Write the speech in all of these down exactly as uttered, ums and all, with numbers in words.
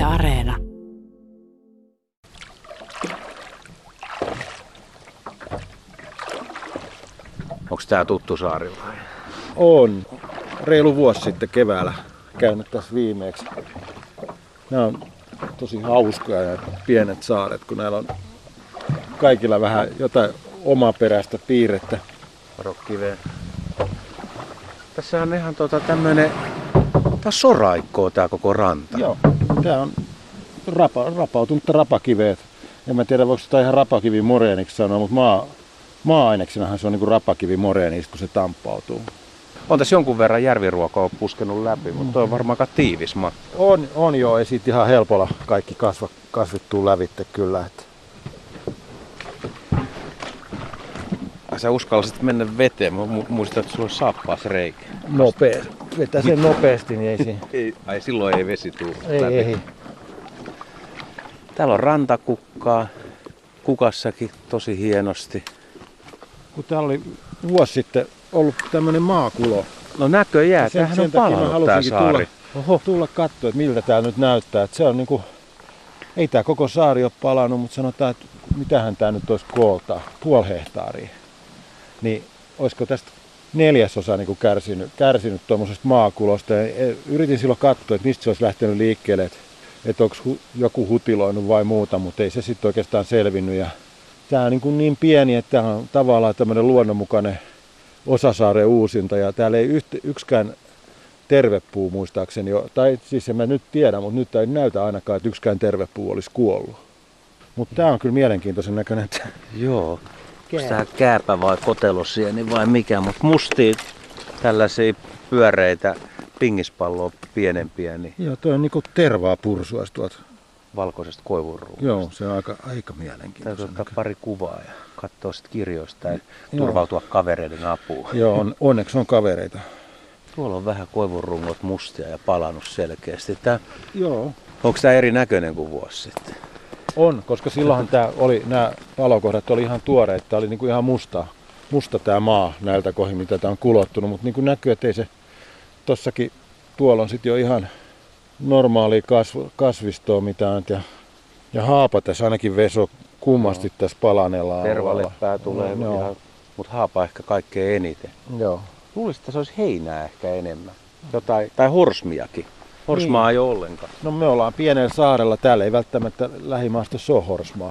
Areena. Onko tää tuttu saari vai? On. Reilu vuosi sitten keväällä käynyt tässä viimeksi. Nämä on tosi hauskoja ja pienet saaret, kun näillä on kaikilla vähän jotain omaperäistä piirrettä. Rokkiveen. Tässä on ihan tota tämmönen, tää on soraikkoa tää koko ranta. Joo, tää on rapa, rapautunutta rapakiveet. En mä tiedä voiko sitä ihan rapakivi moreeniksi sanoa, mutta maa, maa-aineksenahan se on niinku rapakivi moreeniksi, kun se tamppautuu. On tässä jonkun verran järviruokaa puskenut läpi, mutta toi on varmaan aika tiivis matto. On, on joo, ei siitä ihan helpolla kaikki kasva, kasvittuu lävitte kyllä. Että. Sä uskallisit mennä veteen, mä muistan, että sulla on saappaas reikä. Nopeasti. Vetää sen nopeasti, niin ei siinä. Ei, ai silloin ei vesi tule ei, läpi. Ei. Täällä on rantakukkaa, kukassakin tosi hienosti. Kun täällä oli vuosi sitten ollut tämmönen maakulo. No näköjään, sen, tämähän sen on palannut tää saari. Tulla, oho, tulla katsoa, että miltä tää nyt näyttää. Että se on niinku, ei tää koko saari ole palannut, mutta sanotaan, että mitähän tää nyt olisi koolta, puoli hehtaaria. Niin olisiko tästä neljäsosa niinku kärsinyt, kärsinyt tuommoisesta maakulosta. Ja yritin silloin katsoa, että mistä se olisi lähtenyt liikkeelle, että, että onko hu, joku hutiloinut vai muuta, mutta ei se sitten oikeastaan selvinnyt. Ja tää on niin, niin pieni, että tää on tavallaan tämmöinen luonnonmukainen osasaaren uusinta ja täällä ei yht, yksikään tervepuu muistaakseni, tai siis en mä nyt tiedä, mutta nyt ei näytä ainakaan, että yksikään tervepuu olisi kuollut. Mutta tää on kyllä mielenkiintoisen näköinen. Joo. Onko tää kääpä vai kotelosieni vai mikä, mutta mustia tällaisia pyöreitä pingispalloa pienempiä. Niin joo, toi on niinku tervaa pursua tuolta valkoisesta koivunruuasta. Joo, se on aika, aika mielenkiintoinen. Täytyy ottaa pari kuvaa ja katsoa sit kirjoista ja turvautua kavereiden apuun. Joo, on, onneksi on kavereita. Tuolla on vähän koivunrungot mustia ja palannut selkeästi. Tää, joo. Onko tää eri näköinen kuin vuosi sitten? On, koska silloinhan tää oli, nämä palokohdat oli ihan tuoreita. Tää oli niinku ihan musta, musta tää maa näiltä kohdin, mitä tää on kulottunut. Mutta niin näkyy, että ei se tossakin, tuolla on sitten jo ihan normaalia kasv, kasvistoa mitään. Ja, ja haapa tässä ainakin veso kummasti no. Tässä palaneella tervaleppää tulee, no, mutta haapa ehkä kaikkein eniten. Joo. Luulisin, että se olisi heinää ehkä enemmän. Jotain, tai horsmiakin. Horsmaa niin. Ei ole ollenkaan. No me ollaan pienellä saarella. Täällä ei välttämättä lähimaastossa ole horsmaa.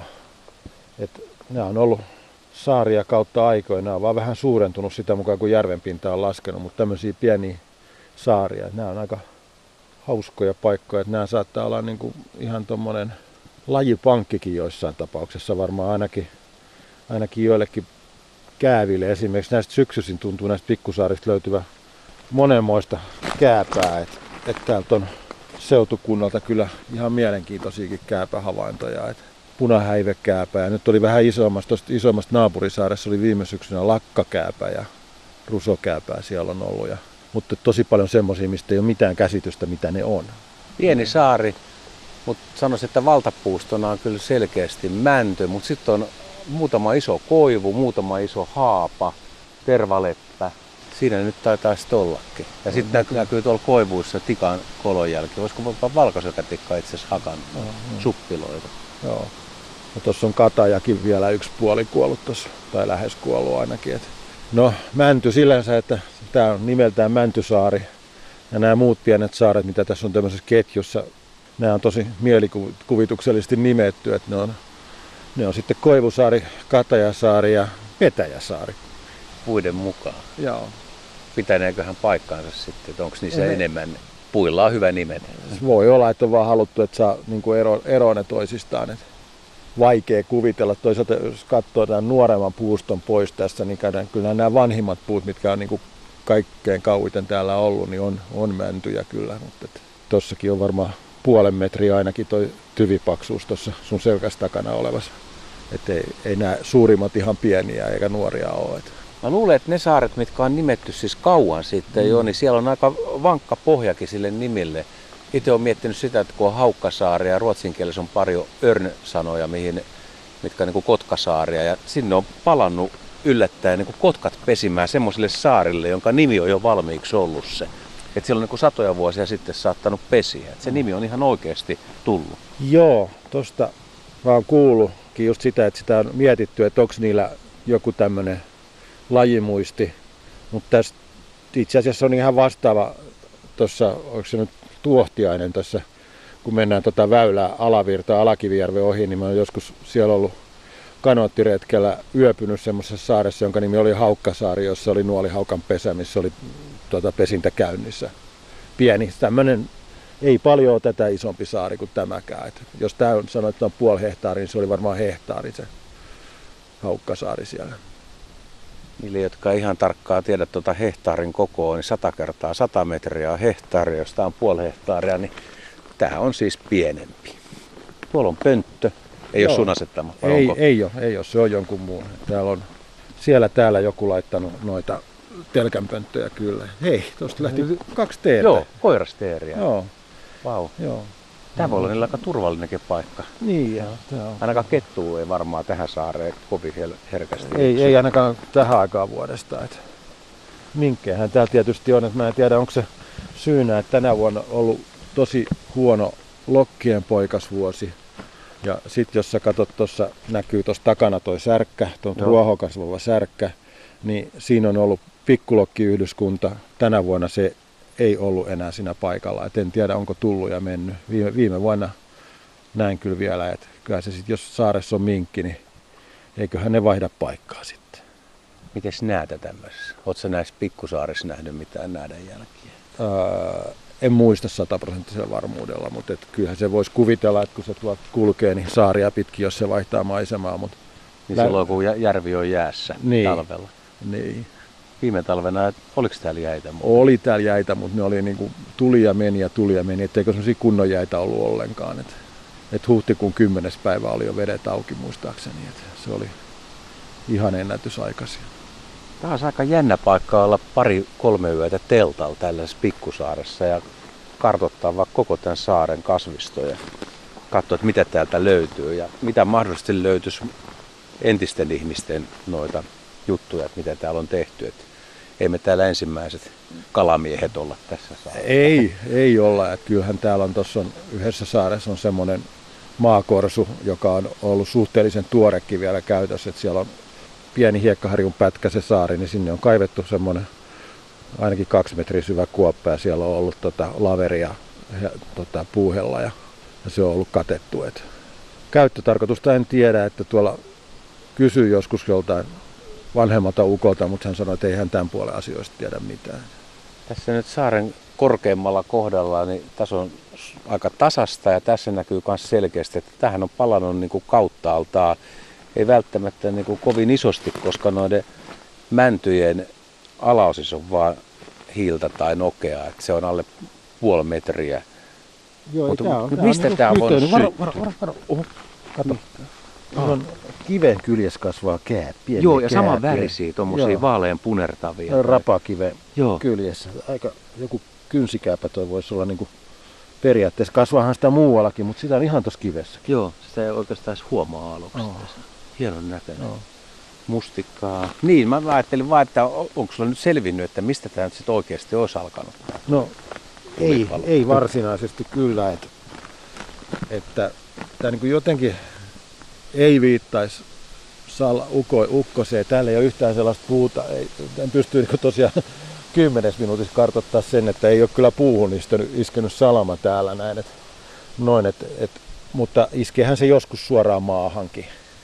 Et nämä on ollut saaria kautta aikoina. Nämä on vaan vähän suurentunut sitä mukaan, kun järven pinta on laskenut. Mutta tämmöisiä pieniä saaria. Nämä on aika hauskoja paikkoja. Että nämä saattaa olla niinku ihan tommonen lajipankkikin joissain tapauksessa. Varmaan ainakin, ainakin joillekin kääville. Esimerkiksi näistä syksyisin tuntuu näistä pikkusaarista löytyvä monenmoista kääpää. Et, et täältä on seutukunnalta kyllä ihan mielenkiintoisiakin kääpähavaintoja. Et punahäivekääpää ja nyt oli vähän isommasta, isommasta naapurisaaressa oli viime syksynä lakkakääpä ja rusokääpää siellä on ollut. Ja, mutta tosi paljon semmoisia, mistä ei ole mitään käsitystä, mitä ne on. Pieni saari, mutta sanoisin, että valtapuustona on kyllä selkeästi mänty, mutta sitten on muutama iso koivu, muutama iso haapa, tervaleppä. Siinä nyt taitaa sitten ollakin. Ja sitten mm-hmm. näkyy tuolla koivuissa tikan kolonjälki. Voisiko jopa valkoselkätikka itse asiassa hakannut mm-hmm. suppiloita. Joo. Ja tuossa on katajakin vielä yksi puoli kuollut tuossa, tai lähes kuollut ainakin. Et no mänty sillänsä, että tämä on nimeltään Mäntysaari. Ja nämä muut pienet saaret, mitä tässä on tämmöisessä ketjussa, nämä on tosi mielikuvituksellisesti nimetty. Että ne on Ne on sitten Koivusaari, Katajasaari ja Petäjäsaari. Puiden mukaan. Joo. Pitäneeköhän paikkaansa sitten, että onko niissä ne enemmän? Puilla on hyvä nimet. Voi olla, että on vaan haluttu, että saa niin kuin ero, eroa ne toisistaan. Että vaikea kuvitella. Toisaalta jos katsoo tämän nuoremman puuston pois tässä, niin kyllä nämä vanhimmat puut, mitkä on niin kuin kaikkein kauiten täällä ollut, niin on, on mäntyjä kyllä. Mutta tossakin on varmaan puolen metriä ainakin toi tyvipaksuus tuossa sun selkäs takana olevassa. Että ei, ei nämä suurimmat ihan pieniä eikä nuoria ole. Mä luulen, että ne saaret, mitkä on nimetty siis kauan sitten mm. jo, niin siellä on aika vankka pohjakin sille nimille. Itse olen miettinyt sitä, että kun on Haukkasaari ja ruotsin kielessä on pari örn-sanoja, mihin, mitkä on niin kuin Kotkasaaria. Ja sinne on palannut yllättäen niin kuin kotkat pesimään semmoiselle saarille, jonka nimi on jo valmiiksi ollut se. Että siellä on niin satoja vuosia sitten saattanut pesiä. Et se nimi on ihan oikeasti tullut. Joo, tosta mä oon kuullutkin just sitä, että sitä on mietitty, että onko niillä joku tämmöinen lajimuisti. Mutta tästä itse asiassa on ihan vastaava tuossa, onko se nyt Tuohtiainen tässä, kun mennään tota väylää Alavirtaa Alakivijärven ohi, niin mä oon joskus siellä ollut kanoottiretkellä yöpynyt semmoisessa saaressa, jonka nimi oli Haukkasaari, jossa oli nuolihaukan pesä, missä oli tuota, pesintä käynnissä. Pieni tämmöinen, ei paljon ole tätä isompi saari kuin tämäkään. Et jos tämä on sanonut, että on puoli hehtaaria, niin se oli varmaan hehtaari se Haukkasaari siellä. Niille, jotka ei ihan tarkkaan tiedä tuota hehtaarin kokoa, niin sata kertaa sata metriä on hehtaari, jos tämä on puoli hehtaaria, niin tämä on siis pienempi. Tuolla on pönttö. Ei Joo. ole sun asettama, vai ei, onko? Ei ole, ei ole, se on jonkun muun. Täällä on siellä täällä joku laittanut noita telkänpönttöjä kyllä. Hei, tuosta lähti kaksi teetä. Joo, koirasteeriä. Joo. Vau. Joo. Tämä voi olla niillä aika turvallinenkin paikka. Niin, ja, tämä on. Ainakaan kettua ei varmaan tähän saareen kovin herkästi. Ei, ei ainakaan tähän aikaan vuodesta. Että minkkejähän täällä tietysti on, että mä en tiedä onko se syynä, että tänä vuonna on ollut tosi huono lokkien poikasvuosi. Ja sitten jos sä katsot, tuossa näkyy tuossa takana toi särkkä, tuo ruohokasvava särkkä, niin siinä on ollut pikkulokkiyhdyskunta. Tänä vuonna se ei ollut enää siinä paikalla. Et en tiedä, onko tullut ja mennyt. Viime, viime vuonna näin kyllä vielä, että kyllä se sit, jos saaressa on minkki, niin eiköhän ne vaihda paikkaa sitten. Mites näätä tämmöisessä? Oletko sä näissä pikkusaarissa nähnyt mitään näädän jälkiä? Öö, en muista sataprosenttisella varmuudella, mutta et kyllähän se voisi kuvitella, että kun se tuolta kulkee, niin saaria pitkin, jos se vaihtaa maisemaa. Mutta niin lä- silloin kun järvi on jäässä niin, talvella. Niin. Viime talvena, oliko täällä jäitä? Mutta? Oli täällä jäitä, mutta ne oli niin kuin tuli ja meni ja tuli ja meni, etteikö sellaisia kunnon jäitä ollut ollenkaan. Et, et huhtikuun kymmenes päivä oli jo vedet auki muistaakseni, et se oli ihan ennätysaikaisia. Tämä on aika jännä paikka olla pari-kolme yötä teltalla tällaisessa pikkusaaressa ja kartoittaa vaikka koko tämän saaren kasvistoja. Katsoa, että mitä täältä löytyy ja mitä mahdollisesti löytyisi entisten ihmisten noita juttuja, että mitä täällä on tehty. Että ei me täällä ensimmäiset kalamiehet olla tässä saaressa. Ei, ei olla. Että kyllähän täällä on tuossa yhdessä saaressa on semmoinen maakorsu, joka on ollut suhteellisen tuorekin vielä käytössä. Että siellä on pieni hiekkaharjun pätkä se saari, niin sinne on kaivettu semmoinen ainakin kaksi metriä syvä kuoppa ja siellä on ollut tota laveria ja tota puuhella ja, ja se on ollut katettu. Et käyttötarkoitusta en tiedä, että tuolla kysyi joskus joltain vanhemmalta ukolta, mutta hän sanoi, että ei hän tämän puolen asioista tiedä mitään. Tässä nyt saaren korkeimmalla kohdalla niin tässä on aika tasasta ja tässä näkyy myös selkeästi, että tähän on palannut niin kuin kauttaaltaan. Ei välttämättä niin kuin kovin isosti, koska noiden mäntyjen alaosissa on vaan hiiltä tai nokea, että se on alle puoli metriä. Joo, Mutta tää on, mistä tämä on voinut syttyä? Varo, varo, varo, varo. Oho, kato. Tuolla on kiven kyljessä kasvaa kää, pieni Joo, ja kää, saman värisiä, tuommoisia vaalean punertavia. Rapakiven Joo. kyljessä. Aika joku kynsikääpä toi voisi olla niinku periaatteessa. Kasvaahan sitä muuallakin, mutta sitä on ihan tuossa kivessä. Joo, sitä ei oikeastaan edes huomaa aluksi. Oh. Hienon näköinen. Oh. Mustikkaa. Niin, mä ajattelin vaan, että onko sulla nyt selvinnyt, että mistä tämä nyt sitten oikeasti olisi alkanut? No ei, ei varsinaisesti kyllä, että, että tämä niin jotenkin ei viittaisi sal, uko, ukkoseen. Täällä ei ole yhtään sellaista puuta. Ei, en pysty niin tosiaan kymmenes minuutissa kartoittaa sen, että ei ole kyllä puuhun iskenyt, iskenyt salama täällä näin. Et, noin, et, et, mutta iskeehän se joskus suoraan maahankin.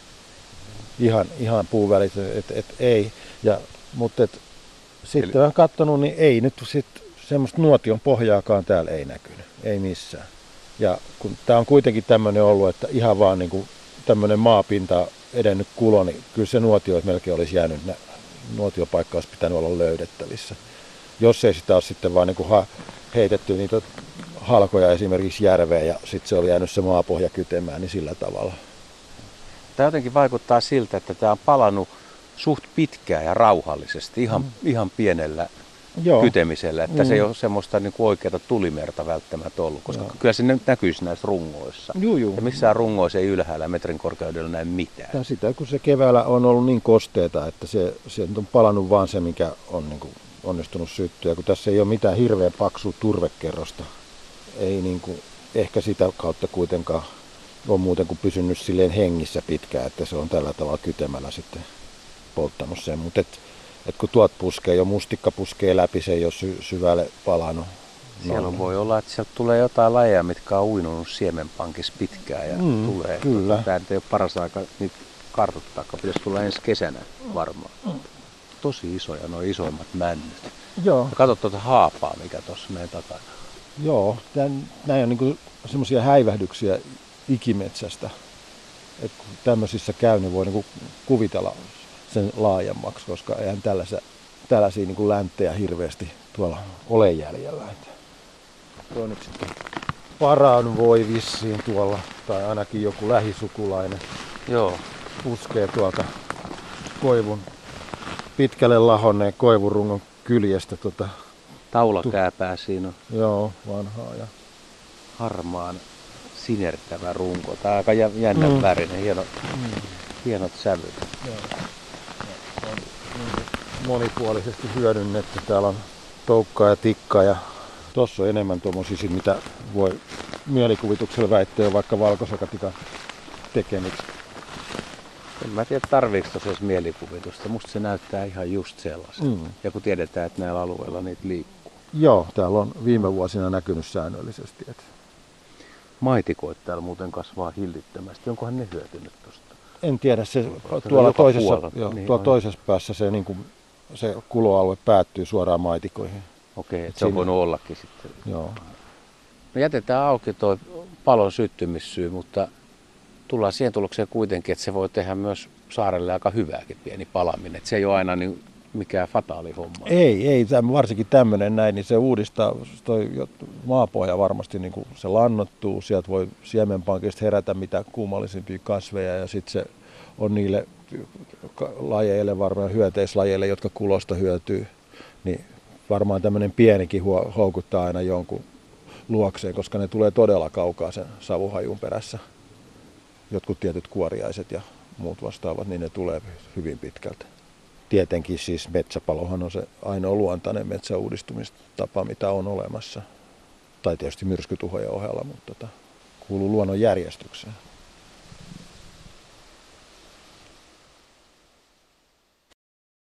Ihan, ihan puun välissä, että et, ei. Ja, mutta et, sitten olen katsonut, niin ei nyt sit semmoista nuotion pohjaakaan täällä ei näkynyt. Ei missään. Ja kun tämä on kuitenkin tämmöinen ollut, että ihan vaan niin tämmöinen maapinta edennyt kulo, niin kyllä se nuotio melkein olisi jäänyt, nuotiopaikka olisi pitänyt olla löydettävissä. Jos ei sitä ole sitten vaan niin ha- heitetty niitä halkoja esimerkiksi järveen ja sitten se oli jäänyt se maapohja kytemään, niin sillä tavalla. Tämä jotenkin vaikuttaa siltä, että tämä on palannut suht pitkään ja rauhallisesti, ihan, mm. ihan pienellä Joo. kytemisellä, että mm. se ei ole semmoista niin kuin oikeata tulimerta välttämättä ollut, koska Joo. kyllä se näkyisi näissä rungoissa. Juu, juu. Ja missään rungoissa ei ylhäällä metrin korkeudella näe mitään. Ja sitä kun se keväällä on ollut niin kosteeta, että se, se on palannut vaan se, mikä on niin kuin onnistunut syttyä, kun tässä ei ole mitään hirveän paksua turvekerrosta. Ei niin kuin, ehkä sitä kautta kuitenkaan ole muuten kuin pysynyt silleen hengissä pitkään, että se on tällä tavalla kytemällä sitten polttanut sen. Mutta et, et kun tuot puskee, jo mustikka puskee läpi, se ei ole sy- syvälle palannut. Siellä no, voi olla, että sieltä tulee jotain lajeja, mitkä on uinunut siemenpankissa pitkään ja mm, tulee. Kyllä. Tämä ei ole paras aika niitä kartoittaa, pitäisi tulla ensi kesänä varmaan. Tosi isoja, nuo isoimmat männyt. Joo. Ja katso tuota haapaa, mikä tuossa meidän takana. Joo, tämän, näin on niinku semmoisia häivähdyksiä ikimetsästä. Että kun tämmöisissä käy, niin voi niinku kuvitella sen laajemmaksi, koska eihän tällaisia, tällaisia niinku länttejä hirveästi tuolla ole jäljellä. Tuo nyt sitten Paran voi vissiin tuolla, tai ainakin joku lähisukulainen. Joo. Puskee tuolta koivun, pitkälle lahonneen koivurungon kyljestä. Tota, Taulakääpää siinä on. Joo, vanhaa ja harmaan sinertävä runko. Tämä on aika jännä mm. värinen, hieno, mm. hienot sävyt. Joo. On monipuolisesti hyödynnetty. Täällä on toukkaa ja tikkaa ja tossa on enemmän tuommoisia, mitä voi mielikuvituksella väittää vaikka valkosakatikan tekemiksi. En mä tiedä, tarviiko tuossa edes mielikuvitusta. Musta se näyttää ihan just sellaisen. Mm. Ja kun tiedetään, että näillä alueilla niitä liikkuu. Joo, täällä on viime vuosina näkynyt säännöllisesti. Että maitikoit täällä muuten kasvaa hillittömästi. Onkohan ne hyötynyt tuosta? En tiedä. Se, tuolla toisessa, jo, niin, tuolla toisessa päässä se, niin kuin, se kuloalue päättyy suoraan maitikoihin. Okei, että se on voinut ollakin sitten. Joo. No jätetään auki tuo palon syttymissyy, mutta tullaan siihen tulokseen kuitenkin, että se voi tehdä myös saarelle aika hyvääkin pieni palaminen. Että se ei ole aina niin mikään fataali homma. Ei, ei varsinkin tämmöinen näin, niin se uudistaa toi maapohja varmasti, niin kuin se lannottuu. Sieltä voi siemenpankista herätä mitä kummallisimpia kasveja ja sitten se on niille lajeille, varmaan hyönteislajeille, jotka kulosta hyötyy, niin varmaan tämmöinen pienikin houkuttaa aina jonkun luokseen, koska ne tulee todella kaukaa sen savuhajun perässä. Jotkut tietyt kuoriaiset ja muut vastaavat, niin ne tulee hyvin pitkältä. Tietenkin siis metsäpalohan on se ainoa luontainen metsäuudistumistapa, mitä on olemassa. Tai tietysti myrskytuhojen ohella, mutta tota, kuuluu luonnon järjestykseen.